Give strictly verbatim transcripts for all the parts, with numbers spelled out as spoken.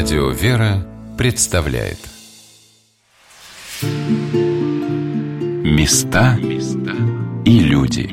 Радио «Вера» представляет Места и люди.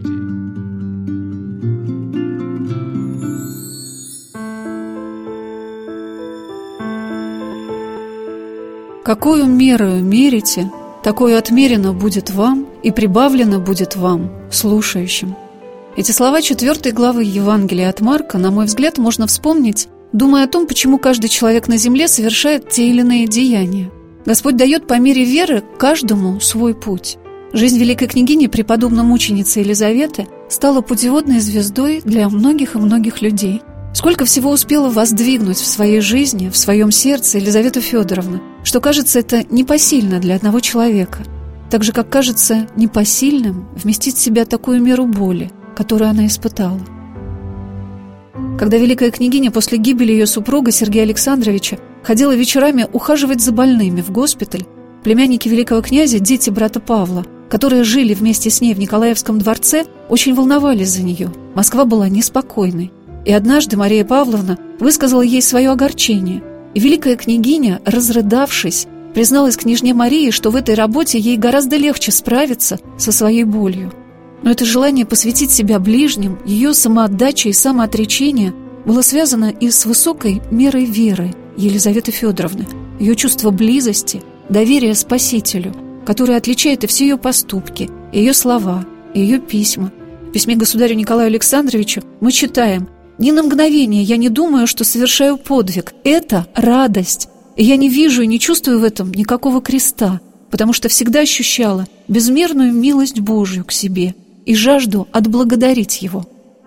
Какую мерою мерите, такое отмерено будет вам и прибавлено будет вам, слушающим. Эти слова четвертой главы Евангелия от Марка, на мой взгляд, можно вспомнить, думая о том, почему каждый человек на земле совершает те или иные деяния. Господь дает по мере веры каждому свой путь. Жизнь великой княгини, преподобной мученицы Елизаветы, стала путеводной звездой для многих и многих людей. Сколько всего успела воздвигнуть в своей жизни, в своем сердце Елизавета Федоровна, что, кажется, это непосильно для одного человека, так же, как кажется непосильным вместить в себя такую меру боли, которую она испытала. Когда великая княгиня после гибели ее супруга Сергея Александровича ходила вечерами ухаживать за больными в госпиталь, племянники великого князя, дети брата Павла, которые жили вместе с ней в Николаевском дворце, очень волновались за нее. Москва была неспокойной. И однажды Мария Павловна высказала ей свое огорчение, и великая княгиня, разрыдавшись, призналась княжне Марии, что в этой работе ей гораздо легче справиться со своей болью. Но это желание посвятить себя ближним, ее самоотдача и самоотречение было связано и с высокой мерой веры Елизаветы Федоровны, ее чувство близости, доверия Спасителю, которое отличает и все ее поступки, и ее слова, и ее письма. В письме государю Николаю Александровичу мы читаем: «Ни на мгновение я не думаю, что совершаю подвиг. Это радость. И я не вижу и не чувствую в этом никакого креста, потому что всегда ощущала безмерную милость Божию к себе и жажду отблагодарить Его».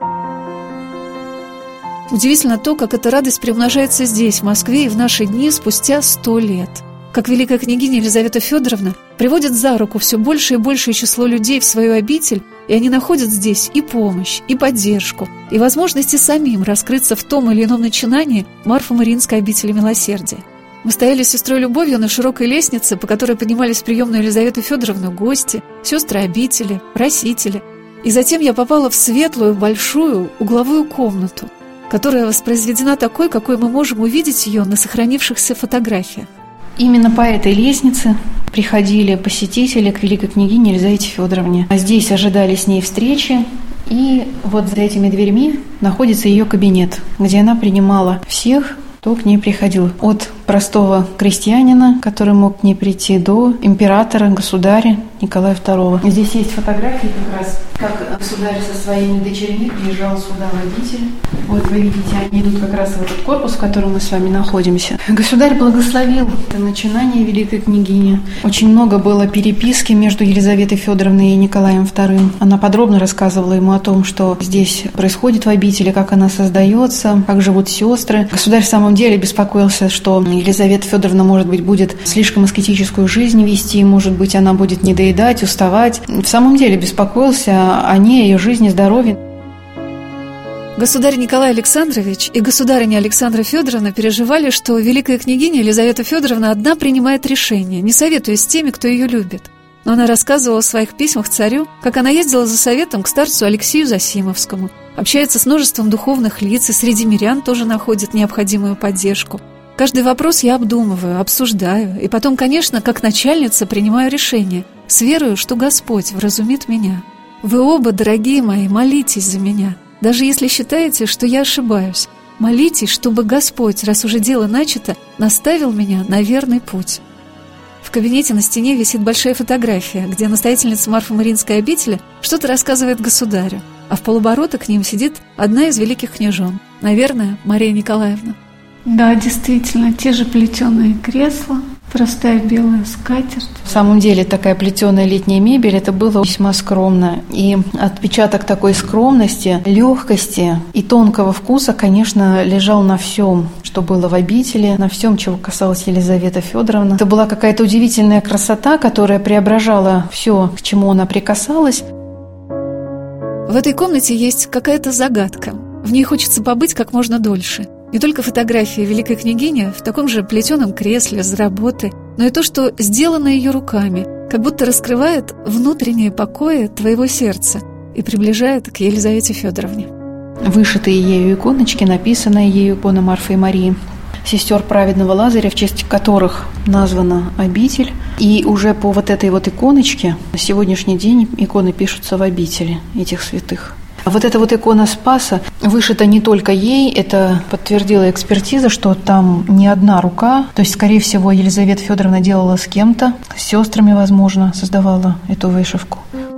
Удивительно то, как эта радость приумножается здесь, в Москве, и в наши дни спустя сто лет. Как великая княгиня Елизавета Федоровна приводит за руку все больше и большее число людей в свою обитель, и они находят здесь и помощь, и поддержку, и возможности самим раскрыться в том или ином начинании Марфо-Мариинской обители милосердия. Мы стояли с сестрой Любовью на широкой лестнице, по которой поднимались в приемную Елизавету Федоровну гости, сестры обители, просители. И затем я попала в светлую, большую, угловую комнату, которая воспроизведена такой, какой мы можем увидеть ее на сохранившихся фотографиях. Именно по этой лестнице приходили посетители к великой княгине Елизавете Федоровне. А здесь ожидали с ней встречи, и вот за этими дверьми находится ее кабинет, где она принимала всех, кто к ней приходил. От простого крестьянина, который мог к ней прийти, до императора, государя Николая второго. Здесь есть фотографии как раз, как государь со своими дочерьми приезжал сюда водитель. Вот вы видите, они идут как раз в этот корпус, в котором мы с вами находимся. Государь благословил это начинание великой княгини. Очень много было переписки между Елизаветой Федоровной и Николаем вторым. Она подробно рассказывала ему о том, что здесь происходит в обители, как она создается, как живут сестры. Государь в самом деле беспокоился, что Елизавета Федоровна, может быть, будет слишком аскетическую жизнь вести, может быть, она будет недоедать, уставать. В самом деле беспокоился о ней, ее жизни, здоровье. Государь Николай Александрович и государыня Александра Федоровна переживали, что великая княгиня Елизавета Федоровна одна принимает решения, не советуясь с теми, кто ее любит. Но она рассказывала в своих письмах царю, как она ездила за советом к старцу Алексею Засимовскому, общается с множеством духовных лиц, и среди мирян тоже находит необходимую поддержку. Каждый вопрос я обдумываю, обсуждаю, и потом, конечно, как начальница принимаю решение, с верою, что Господь вразумит меня. Вы оба, дорогие мои, молитесь за меня. Даже если считаете, что я ошибаюсь, молитесь, чтобы Господь, раз уже дело начато, наставил меня на верный путь. В кабинете на стене висит большая фотография, где настоятельница Марфо-Мариинской обители что-то рассказывает государю, а в полоборота к ним сидит одна из великих княжон, наверное, Мария Николаевна. Да, действительно, те же плетеные кресла, простая белая скатерть. В самом деле, такая плетеная летняя мебель, это было весьма скромно. И отпечаток такой скромности, легкости и тонкого вкуса, конечно, лежал на всем, что было в обители, на всем, чего касалась Елизавета Федоровна. Это была какая-то удивительная красота, которая преображала все, к чему она прикасалась. В этой комнате есть какая-то загадка. В ней хочется побыть как можно дольше. Не только фотографии великой княгини в таком же плетеном кресле с работы, но и то, что сделано ее руками, как будто раскрывает внутренние покои твоего сердца и приближает к Елизавете Федоровне. Вышитые ею иконочки, написанная ею икона Марфы и Марии. сестер праведного Лазаря, в честь которых названа обитель. И уже по вот этой вот иконочке на сегодняшний день иконы пишутся в обители этих святых. Вот эта вот икона Спаса вышита не только ей, это подтвердила экспертиза, что там не одна рука, то есть, скорее всего, Елизавета Федоровна делала с кем-то, с сестрами, возможно, создавала эту вышивку.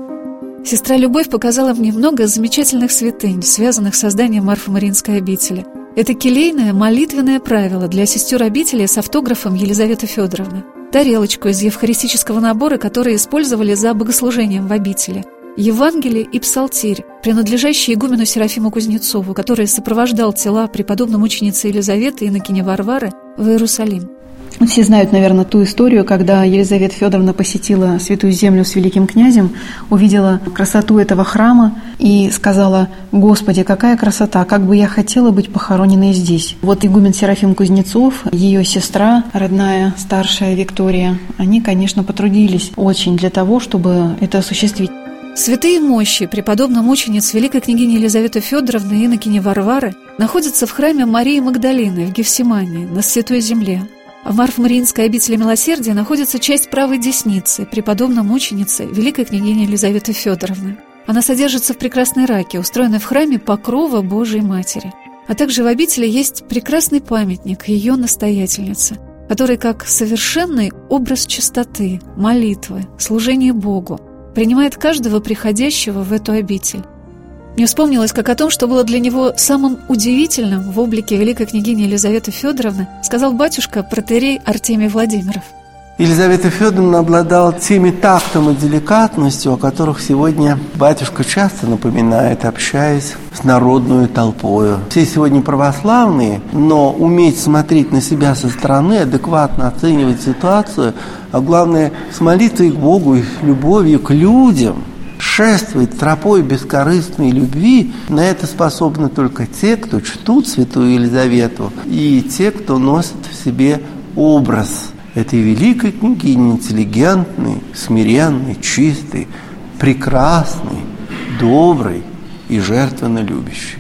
Сестра Любовь показала мне много замечательных святынь, связанных с созданием Марфо-Мариинской обители. Это келейное молитвенное правило для сестер обители с автографом Елизаветы Федоровны, тарелочку из евхаристического набора, которые использовали за богослужением в обители, Евангелие и Псалтирь, принадлежащие игумену Серафиму Кузнецову, который сопровождал тела преподобной мученицы Елизаветы инокини Варвары в Иерусалим. Все знают, наверное, ту историю, когда Елизавета Федоровна посетила Святую Землю с великим князем, увидела красоту этого храма и сказала: «Господи, какая красота! Как бы я хотела быть похороненной здесь!» Вот игумен Серафим Кузнецов, ее сестра, родная, старшая Виктория, они, конечно, потрудились очень для того, чтобы это осуществить. Святые мощи преподобной мученицы великой княгини Елизаветы Федоровны и инокини Варвары находятся в храме Марии Магдалины в Гефсимании, на Святой Земле. В Марфо-Мариинской обители милосердия находится часть правой десницы преподобной мученицы великой княгини Елизаветы Федоровны. Она содержится в прекрасной раке, устроенной в храме Покрова Божией Матери. А также в обители есть прекрасный памятник ее настоятельнице, который как совершенный образ чистоты, молитвы, служения Богу принимает каждого приходящего в эту обитель. Мне вспомнилось, как о том, что было для него самым удивительным в облике великой княгини Елизаветы Федоровны, сказал батюшка протоиерей Артемий Владимиров. Елизавета Федоровна обладала теми тактом и деликатностью, о которых сегодня батюшка часто напоминает, общаясь с народной толпою. Все сегодня православные, но уметь смотреть на себя со стороны, адекватно оценивать ситуацию, а главное, с молитвой к Богу и любовью к людям, шествовать тропой бескорыстной любви, на это способны только те, кто чтут святую Елизавету, и те, кто носит в себе образ этой великой княгини, интеллигентной, смиренной, чистой, прекрасной, доброй и жертвенно любящей.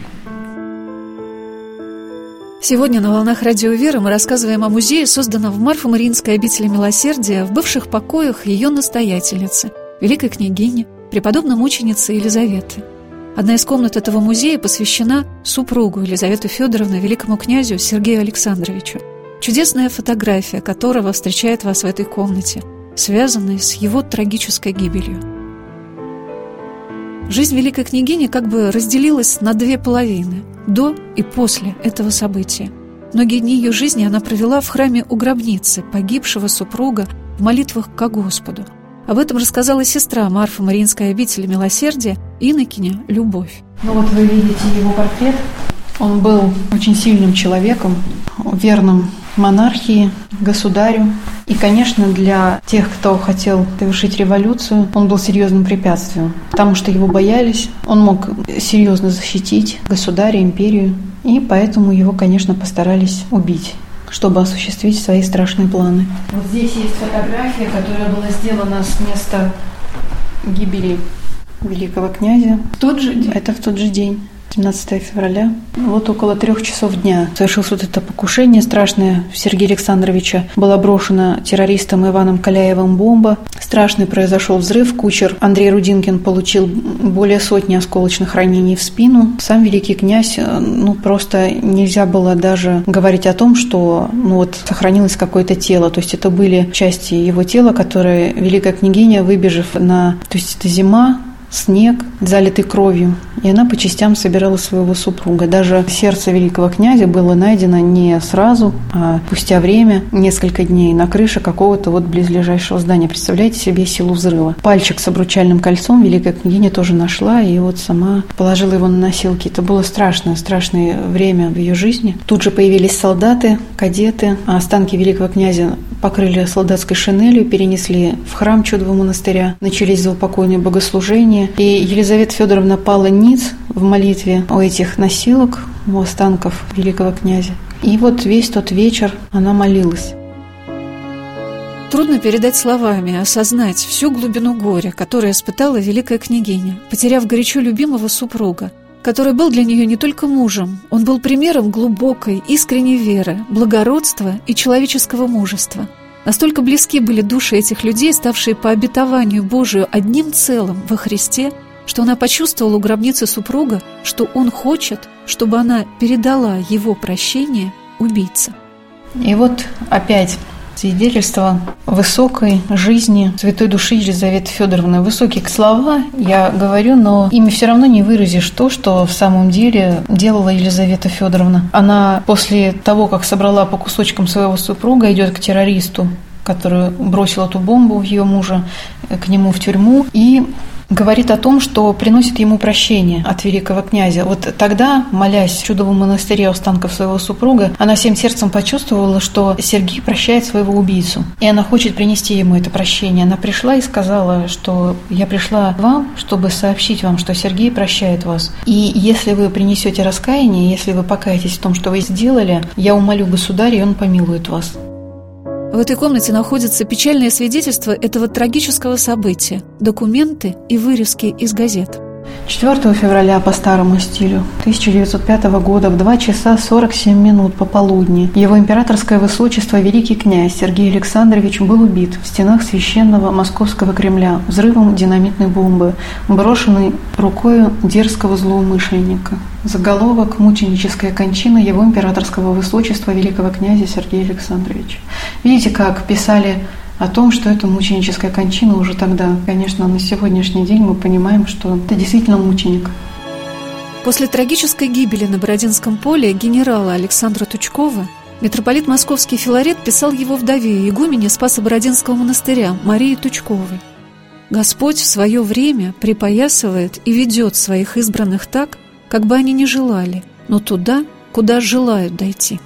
Сегодня на «Волнах Радио Веры» мы рассказываем о музее, созданном в Марфо-Мариинской обители милосердия в бывших покоях ее настоятельницы, великой княгини, преподобной мученицы Елизаветы. Одна из комнат этого музея посвящена супругу Елизаветы Федоровны, великому князю Сергею Александровичу, чудесная фотография которого встречает вас в этой комнате, связанной с его трагической гибелью. Жизнь великой княгини как бы разделилась на две половины – до и после этого события. Многие дни ее жизни она провела в храме у гробницы погибшего супруга в молитвах ко Господу. Об этом рассказала сестра Марфо-Мариинской обители милосердия инокиня Любовь. Ну вот вы видите его портрет. Он был очень сильным человеком, верным монархии, государю. И, конечно, для тех, кто хотел совершить революцию, он был серьезным препятствием, потому что его боялись. Он мог серьезно защитить государя, империю, и поэтому его, конечно, постарались убить, чтобы осуществить свои страшные планы. Вот здесь есть фотография, которая была сделана с места гибели великого князя. В тот же день. Это в тот же день. семнадцатого февраля. Вот около трех часов дня совершилось вот это покушение страшное. В Сергея Александровича была брошена террористом Иваном Каляевым бомба. Страшный произошел взрыв. Кучер Андрей Рудинкин получил более сотни осколочных ранений в спину. Сам великий князь, ну просто нельзя было даже говорить о том, что ну вот сохранилось какое-то тело. То есть это были части его тела, которые великая княгиня, выбежав на... То есть это зима, снег, залитый кровью, и она по частям собирала своего супруга. Даже сердце великого князя было найдено не сразу, а спустя время, несколько дней, на крыше какого-то вот близлежащего здания. Представляете себе силу взрыва. Пальчик с обручальным кольцом великая княгиня тоже нашла, и вот сама положила его на носилки. Это было страшное, страшное время в ее жизни. Тут же появились солдаты, кадеты, а останки великого князя покрыли солдатской шинелью, перенесли в храм Чудового монастыря. Начались заупокойные богослужения. И Елизавета Федоровна пала ниц в молитве у этих носилок, у останков великого князя. И вот весь тот вечер она молилась. Трудно передать словами, осознать всю глубину горя, которое испытала великая княгиня, потеряв горячо любимого супруга, который был для нее не только мужем, он был примером глубокой, искренней веры, благородства и человеческого мужества. Настолько близки были души этих людей, ставшие по обетованию Божию одним целым во Христе, что она почувствовала у гробницы супруга, что он хочет, чтобы она передала его прощение убийце. И вот опять свидетельство высокой жизни святой души Елизаветы Федоровны. Высокие слова я говорю, но ими все равно не выразишь то, что в самом деле делала Елизавета Федоровна. Она после того, как собрала по кусочкам своего супруга, идет к террористу, который бросил эту бомбу в ее мужа, к нему в тюрьму, и говорит о том, что приносит ему прощение от великого князя. Вот тогда, молясь в чудовом монастыре останков своего супруга, она всем сердцем почувствовала, что Сергей прощает своего убийцу. И она хочет принести ему это прощение. Она пришла и сказала, что я пришла к вам, чтобы сообщить вам, что Сергей прощает вас. И если вы принесете раскаяние, если вы покаетесь в том, что вы сделали, я умолю государя, и он помилует вас. В этой комнате находятся печальные свидетельства этого трагического события, документы и вырезки из газет. четвёртого февраля по старому стилю тысяча девятьсот пятого года в два часа сорок семь минут пополудни его императорское высочество великий князь Сергей Александрович был убит в стенах священного московского Кремля взрывом динамитной бомбы, брошенной рукою дерзкого злоумышленника. Заголовок «Мученическая кончина его императорского высочества великого князя Сергея Александровича». Видите, как писали о том, что это мученическая кончина уже тогда. Конечно, на сегодняшний день мы понимаем, что это действительно мученик. После трагической гибели на Бородинском поле генерала Александра Тучкова митрополит Московский Филарет писал его вдове, игумене Спасо-Бородинского монастыря Марии Тучковой. «Господь в свое время припоясывает и ведет своих избранных так, как бы они ни желали, но туда, куда желают дойти».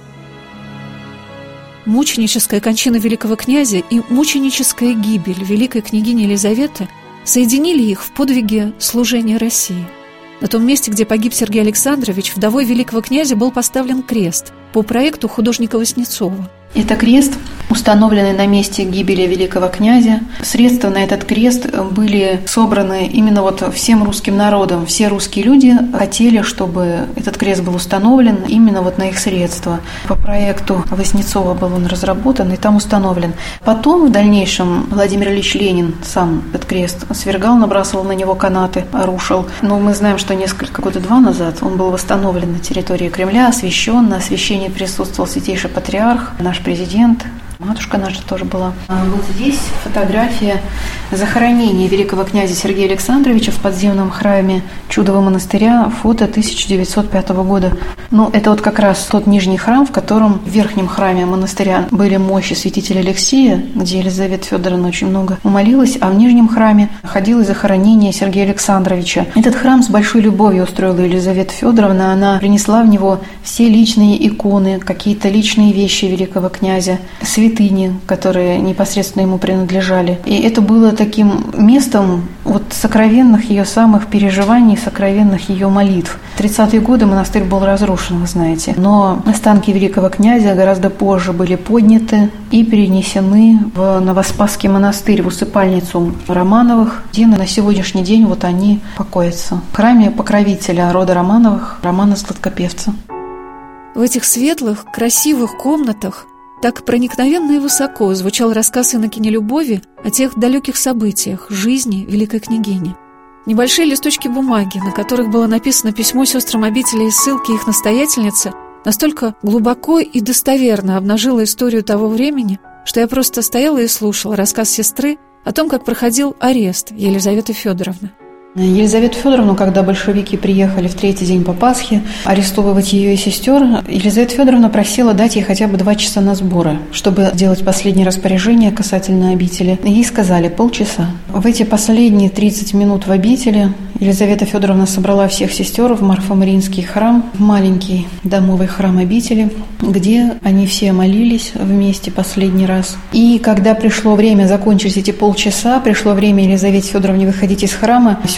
Мученическая кончина великого князя и мученическая гибель великой княгини Елизаветы соединили их в подвиге служения России. На том месте, где погиб Сергей Александрович, вдовой великого князя был поставлен крест по проекту художника Васнецова. Это крест, установленный на месте гибели великого князя. Средства на этот крест были собраны именно вот всем русским народом. Все русские люди хотели, чтобы этот крест был установлен именно вот на их средства. По проекту Васнецова был он разработан и там установлен. Потом, в дальнейшем, Владимир Ильич Ленин сам этот крест свергал, набрасывал на него канаты, рушил. Но мы знаем, что несколько года два назад он был восстановлен на территории Кремля, освящен. На освящении присутствовал святейший патриарх, наш президент, матушка наша тоже была. А вот здесь фотография захоронения великого князя Сергея Александровича в подземном храме Чудового монастыря, фото тысяча девятьсот пятого года. Ну, это вот как раз тот нижний храм, в котором в верхнем храме монастыря были мощи святителя Алексея, где Елизавета Федоровна очень много молилась, а в нижнем храме находилось захоронение Сергея Александровича. Этот храм с большой любовью устроила Елизавета Федоровна. Она принесла в него все личные иконы, какие-то личные вещи великого князя, святыни, которые непосредственно ему принадлежали. И это было таким местом вот сокровенных ее самых переживаний, сокровенных ее молитв. В тридцатые годы монастырь был разрушен, вы знаете. Но останки великого князя гораздо позже были подняты и перенесены в Новоспасский монастырь, в усыпальницу Романовых, где на сегодняшний день вот они покоятся. В храме покровителя рода Романовых, Романа Сладкопевца. В этих светлых, красивых комнатах так проникновенно и высоко звучал рассказ инокини Любови о тех далеких событиях жизни великой княгини. Небольшие листочки бумаги, на которых было написано письмо сестрам обители и ссылки их настоятельницы, настолько глубоко и достоверно обнажило историю того времени, что я просто стояла и слушала рассказ сестры о том, как проходил арест Елизаветы Федоровны. Елизавету Федоровну, когда большевики приехали в третий день по Пасхе арестовывать ее и сестер, Елизавета Федоровна просила дать ей хотя бы два часа на сборы, чтобы сделать последнее распоряжение касательно обители. Ей сказали полчаса. В эти последние тридцать минут в обители Елизавета Федоровна собрала всех сестер в Марфа-Мариинский храм, в маленький домовый храм обители, где они все молились вместе последний раз. И когда пришло время закончить эти полчаса, пришло время Елизавете Федоровне выходить из храма, все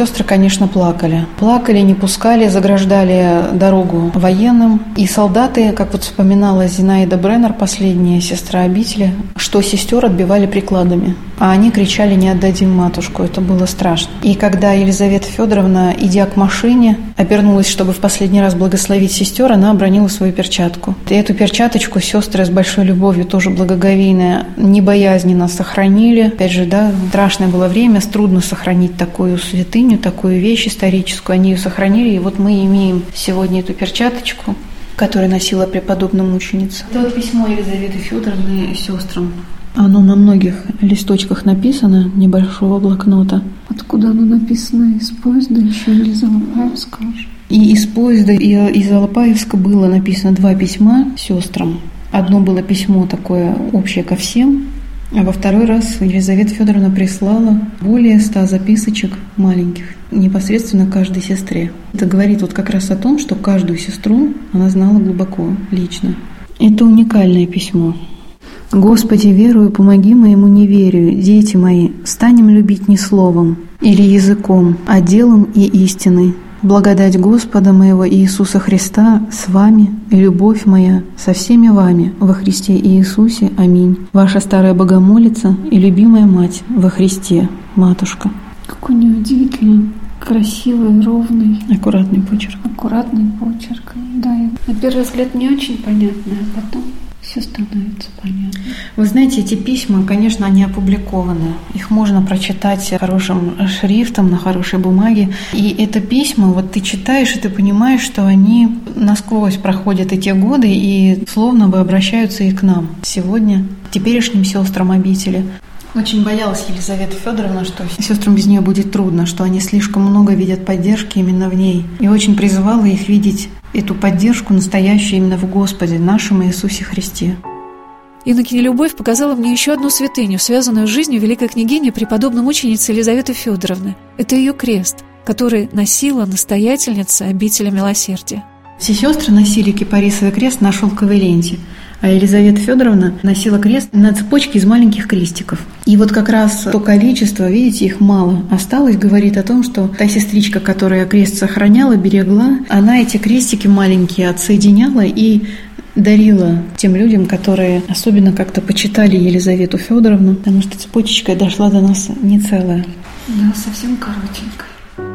Сестры, конечно, плакали. Плакали, не пускали, заграждали дорогу военным. И солдаты, как вот вспоминала Зинаида Бреннер, последняя сестра обители, что сестер отбивали прикладами. А они кричали: «Не отдадим матушку». Это было страшно. И когда Елизавета Федоровна, идя к машине, обернулась, чтобы в последний раз благословить сестер, она обронила свою перчатку. И эту перчаточку сестры с большой любовью, тоже благоговейно, небоязненно сохранили. Опять же, да, страшное было время, трудно сохранить такую святыню, такую вещь историческую. Они ее сохранили, и вот мы имеем сегодня эту перчаточку, которую носила преподобная мученица. Это вот письмо Елизаветы Федоровны сестрам. Оно на многих листочках написано, небольшого блокнота. Откуда оно написано? Из поезда еще или из Алапаевска? И из поезда, и из Алапаевска было написано два письма сестрам. Одно было письмо такое общее ко всем, а во второй раз Елизавета Федоровна прислала более ста записочек маленьких, непосредственно каждой сестре. Это говорит вот как раз о том, что каждую сестру она знала глубоко, лично. Это уникальное письмо. «Господи, верую, помоги моему неверию, дети мои, станем любить не словом или языком, а делом и истиной. Благодать Господа моего Иисуса Христа с вами, и любовь моя со всеми вами во Христе Иисусе. Аминь. Ваша старая богомолица и любимая мать во Христе, матушка». Какой неудивительно красивый, ровный, аккуратный почерк. Аккуратный почерк. Да, на первый взгляд не очень понятно, а потом все становится понятно. Вы знаете, эти письма, конечно, они опубликованы. Их можно прочитать хорошим шрифтом, на хорошей бумаге. И это письма, вот ты читаешь, и ты понимаешь, что они насквозь проходят эти годы и словно бы обращаются и к нам сегодня, к теперешним сестрам обители. Очень боялась Елизавета Федоровна, что сестрам без нее будет трудно, что они слишком много видят поддержки именно в ней. И очень призывала их видеть эту поддержку настоящую именно в Господе, нашем Иисусе Христе. Инокиня Любовь показала мне еще одну святыню, связанную с жизнью великой княгини преподобной мученицы Елизаветы Федоровны. Это ее крест, который носила настоятельница обители милосердия. Все сестры носили кипарисовый крест на шелковой ленте, а Елизавета Федоровна носила крест на цепочке из маленьких крестиков. И вот как раз то количество, видите, их мало осталось, говорит о том, что та сестричка, которая крест сохраняла, берегла, она эти крестики маленькие отсоединяла и дарила тем людям, которые особенно как-то почитали Елизавету Федоровну, потому что цепочечка дошла до нас не целая. Да, совсем коротенькая.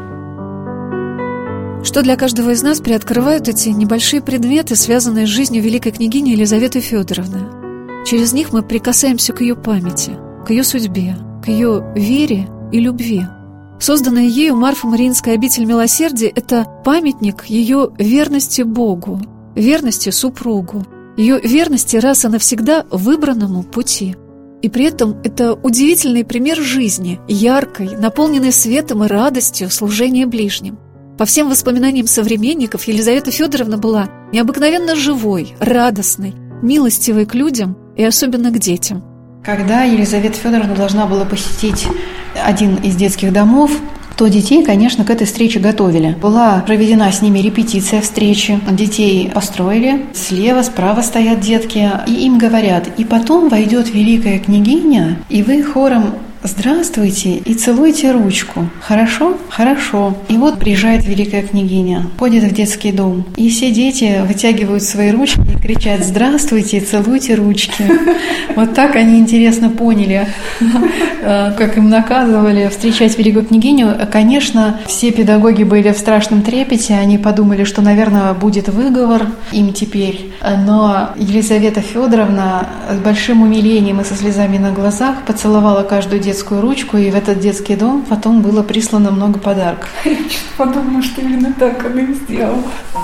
Что для каждого из нас приоткрывают эти небольшие предметы, связанные с жизнью великой княгини Елизаветы Федоровны. Через них мы прикасаемся к ее памяти, к ее судьбе, к ее вере и любви. Созданная ею Марфо-Мариинская обитель милосердия – это памятник ее верности Богу, верности супругу, ее верности раз и навсегда выбранному пути. И при этом это удивительный пример жизни, яркой, наполненной светом и радостью служения ближним. По всем воспоминаниям современников, Елизавета Федоровна была необыкновенно живой, радостной, милостивой к людям и особенно к детям. Когда Елизавета Федоровна должна была посетить один из детских домов, то детей, конечно, к этой встрече готовили. Была проведена с ними репетиция встречи. Детей построили. Слева, справа стоят детки. И им говорят: и потом войдет великая княгиня, и вы хором «Здравствуйте» и целуйте ручку. Хорошо? Хорошо. И вот приезжает великая княгиня, ходит в детский дом, и все дети вытягивают свои ручки и кричат «Здравствуйте» и целуйте ручки. Вот так они, интересно, поняли, как им наказывали встречать великую княгиню. Конечно, все педагоги были в страшном трепете, они подумали, что, наверное, будет выговор им теперь. Но Елизавета Федоровна с большим умилением и со слезами на глазах поцеловала каждую детскую ручку, и в этот детский дом потом было прислано много подарков. Я подумала, что именно так она и сделала.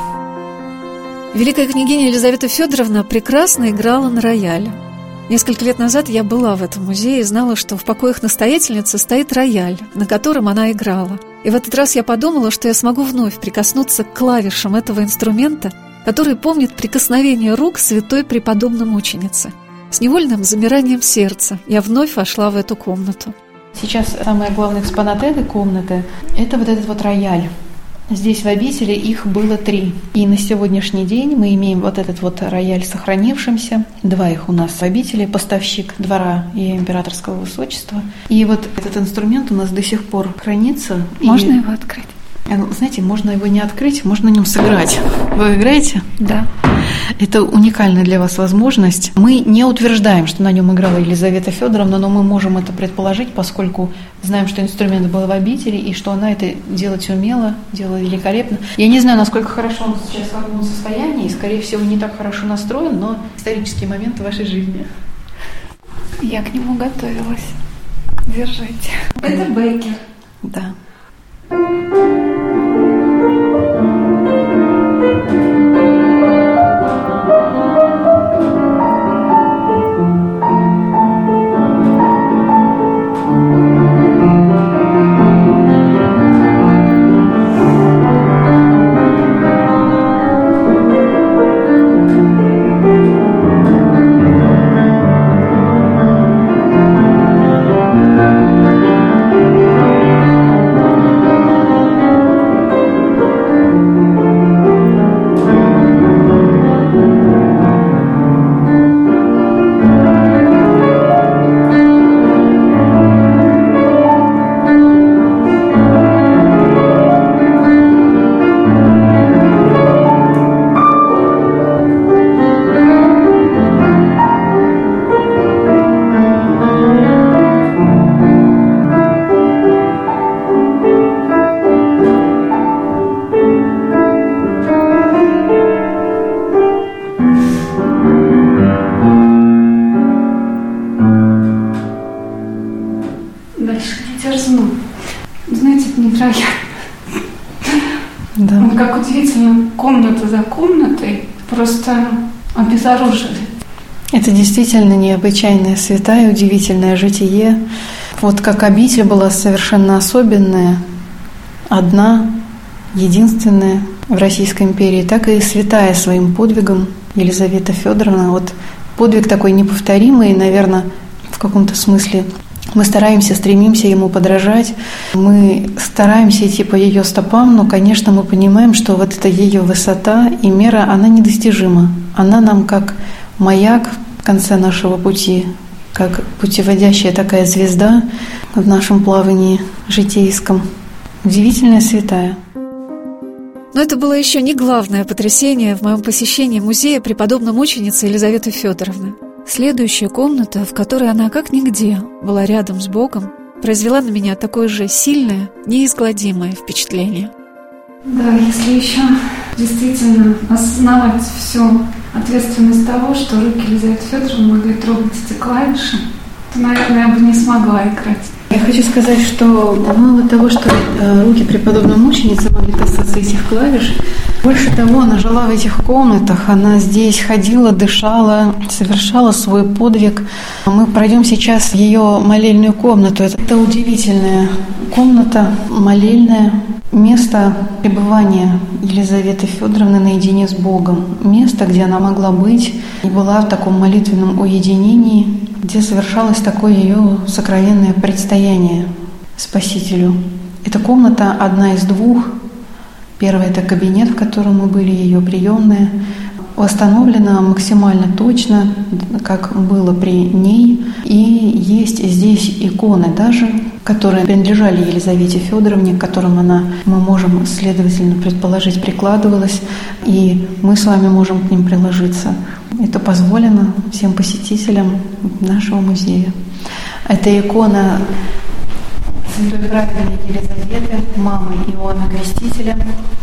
Великая княгиня Елизавета Федоровна прекрасно играла на рояле. Несколько лет назад я была в этом музее и знала, что в покоях настоятельницы стоит рояль, на котором она играла. И в этот раз я подумала, что я смогу вновь прикоснуться к клавишам этого инструмента, который помнит прикосновение рук святой преподобной мученицы. С невольным замиранием сердца я вновь вошла в эту комнату. Сейчас самый главный экспонат этой комнаты – это вот этот вот рояль. Здесь в обители их было три. И на сегодняшний день мы имеем вот этот вот рояль сохранившимся. Два их у нас в обители, поставщик двора и императорского высочества. И вот этот инструмент у нас до сих пор хранится. Можно и... его открыть? Знаете, можно его не открыть, можно на нем сыграть. Вы играете? Да. Это уникальная для вас возможность. Мы не утверждаем, что на нем играла Елизавета Федоровна, но мы можем это предположить, поскольку знаем, что инструмент был в обители и что она это делать умела, делала великолепно. Я не знаю, насколько хорошо он сейчас в каком состоянии, и, скорее всего, не так хорошо настроен, но исторический момент в вашей жизни. Я к нему готовилась. Держите. Это Беккер. Да. Да. Он как удивительно, комната за комнатой просто обезоружили. Это действительно необычайная святая, удивительное житие. Вот как обитель была совершенно особенная, одна, единственная в Российской империи, так и святая своим подвигом Елизавета Федоровна. Вот подвиг такой неповторимый, наверное, в каком-то смысле. Мы стараемся, стремимся ему подражать, мы стараемся идти по ее стопам, но, конечно, мы понимаем, что вот эта ее высота и мера, она недостижима. Она нам как маяк в конце нашего пути, как путеводящая такая звезда в нашем плавании житейском. Удивительная святая. Но это было еще не главное потрясение в моем посещении музея преподобной мученицы Елизаветы Федоровны. Следующая комната, в которой она как нигде была рядом с Богом, произвела на меня такое же сильное, неизгладимое впечатление. Да, если еще действительно осознавать всю ответственность того, что руки Елизаветы Федоровны могли трогать эти клавиши, то, наверное, я бы не смогла играть. Я хочу сказать, что мало того, что руки преподобной мученицы могли касаться этих клавиш, больше того, она жила в этих комнатах, она здесь ходила, дышала, совершала свой подвиг. Мы пройдем сейчас в ее молельную комнату. Это удивительная комната, молельная, место пребывания Елизаветы Федоровны наедине с Богом. Место, где она могла быть и была в таком молитвенном уединении, где совершалось такое ее сокровенное предстояние Спасителю. Эта комната одна из двух. Первый – это кабинет, в котором мы были, ее приемная. Восстановлена максимально точно, как было при ней. И есть здесь иконы даже, которые принадлежали Елизавете Федоровне, к которым она, мы можем, следовательно, предположить, прикладывалась. И мы с вами можем к ним приложиться. Это позволено всем посетителям нашего музея. Это икона Святой Праведной Елизаветы, мамы Иоанна Крестителя,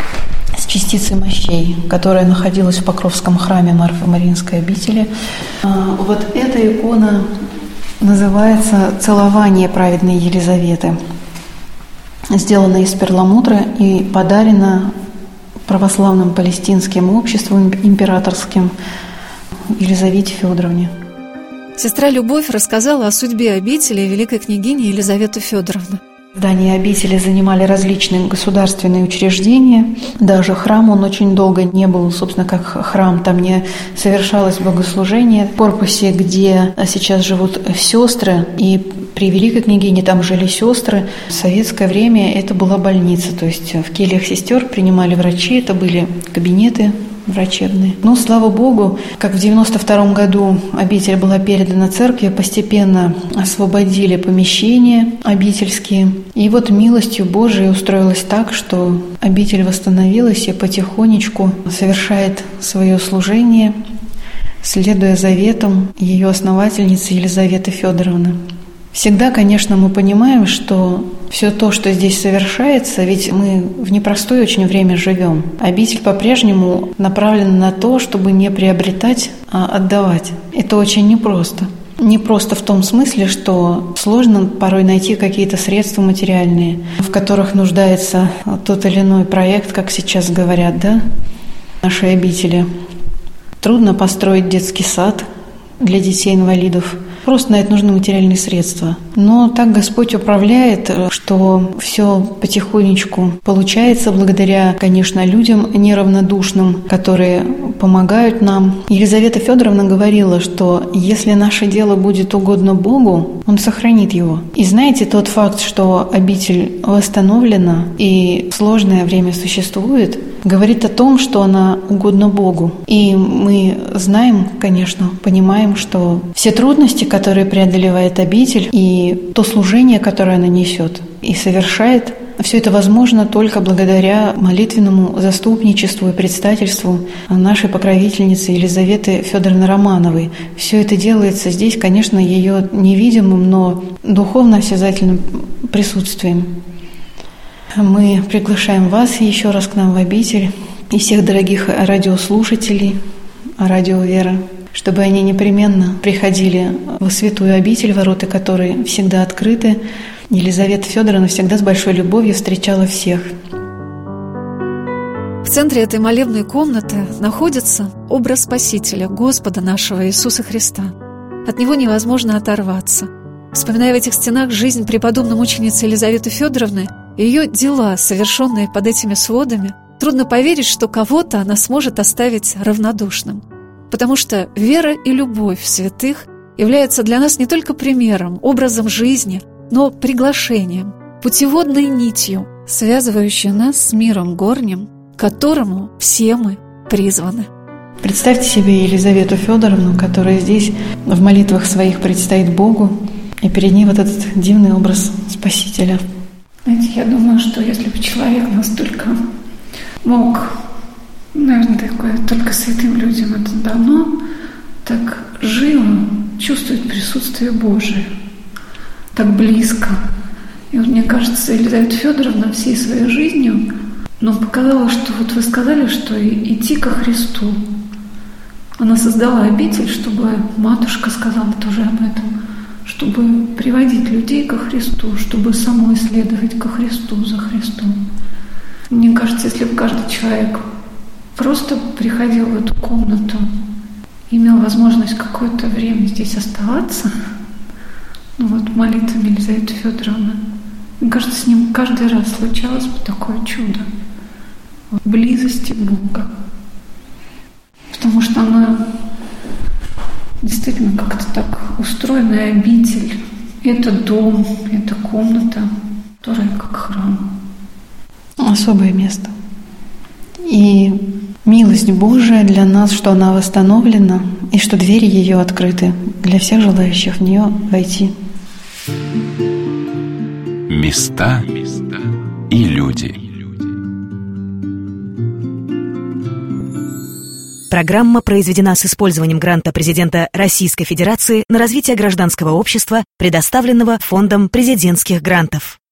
с частицей мощей, которая находилась в Покровском храме Марфо-Мариинской обители. Вот эта икона называется «Целование праведной Елизаветы». Сделана из перламутра и подарена православным палестинским обществом императорским Елизавете Федоровне. Сестра Любовь рассказала о судьбе обители великой княгини Елизаветы Федоровны. Здание обители занимали различные государственные учреждения. Даже храм, он очень долго не был, собственно, как храм. Там не совершалось богослужение. В корпусе, где сейчас живут сестры, и при Великой княгине там жили сестры, в советское время это была больница. То есть в кельях сестер принимали врачи, это были кабинеты врачебные. Но, слава Богу, как в девяносто втором году обитель была передана церкви, постепенно освободили помещения обительские. И вот милостью Божией устроилось так, что обитель восстановилась и потихонечку совершает свое служение, следуя заветам ее основательницы Елизаветы Федоровны. Всегда, конечно, мы понимаем, что все то, что здесь совершается, ведь мы в непростое очень время живем. Обитель по-прежнему направлена на то, чтобы не приобретать, а отдавать. Это очень непросто. Не просто в том смысле, что сложно порой найти какие-то средства материальные, в которых нуждается тот или иной проект, как сейчас говорят, да, нашей обители. Трудно построить детский сад для детей-инвалидов. Просто на это нужны материальные средства. Но так Господь управляет, что все потихонечку получается благодаря, конечно, людям неравнодушным, которые помогают нам. Елизавета Федоровна говорила, что если наше дело будет угодно Богу, Он сохранит его. И знаете, тот факт, что обитель восстановлена и сложное время существует, говорит о том, что она угодна Богу. И мы знаем, конечно, понимаем, что все трудности, которые преодолевает обитель, и то служение, которое она несет и совершает, все это возможно только благодаря молитвенному заступничеству и предстательству нашей покровительницы Елизаветы Федоровны Романовой. Все это делается здесь, конечно, ее невидимым, но духовно осязательным присутствием. Мы приглашаем вас еще раз к нам в обитель и всех дорогих радиослушателей Радио Вера, чтобы они непременно приходили в святую обитель, ворота которой всегда открыты. Елизавета Федоровна всегда с большой любовью встречала всех. В центре этой молебной комнаты находится образ Спасителя, Господа нашего Иисуса Христа. От него невозможно оторваться. Вспоминая в этих стенах жизнь преподобной мученицы Елизаветы Федоровны и ее дела, совершенные под этими сводами, трудно поверить, что кого-то она сможет оставить равнодушным. Потому что вера и любовь в святых являются для нас не только примером, образом жизни, но приглашением, путеводной нитью, связывающей нас с миром горним, к которому все мы призваны. Представьте себе Елизавету Федоровну, которая здесь в молитвах своих предстоит Богу, и перед ней вот этот дивный образ Спасителя. Знаете, я думаю, что если бы человек настолько мог, наверное, такое только святым людям это дано, так живо чувствовать присутствие Божие, так близко. И вот мне кажется, Елизавета Федоровна всей своей жизнью, но показала, что вот вы сказали, что идти ко Христу. Она создала обитель, чтобы матушка сказала тоже об этом, чтобы приводить людей ко Христу, чтобы самой следовать ко Христу, за Христом. Мне кажется, если бы каждый человек просто приходил в эту комнату, имел возможность какое-то время здесь оставаться, ну вот молитвами Елизаветы Федоровны, мне кажется, с ним каждый раз случалось бы такое чудо близости Бога. Потому что она действительно как-то так устроенная обитель. Это дом, это комната, которая как храм. Особое место. И милость Божия для нас, что она восстановлена, и что двери ее открыты для всех желающих в нее войти. Места и люди. Программа произведена с использованием гранта президента Российской Федерации на развитие гражданского общества, предоставленного Фондом президентских грантов.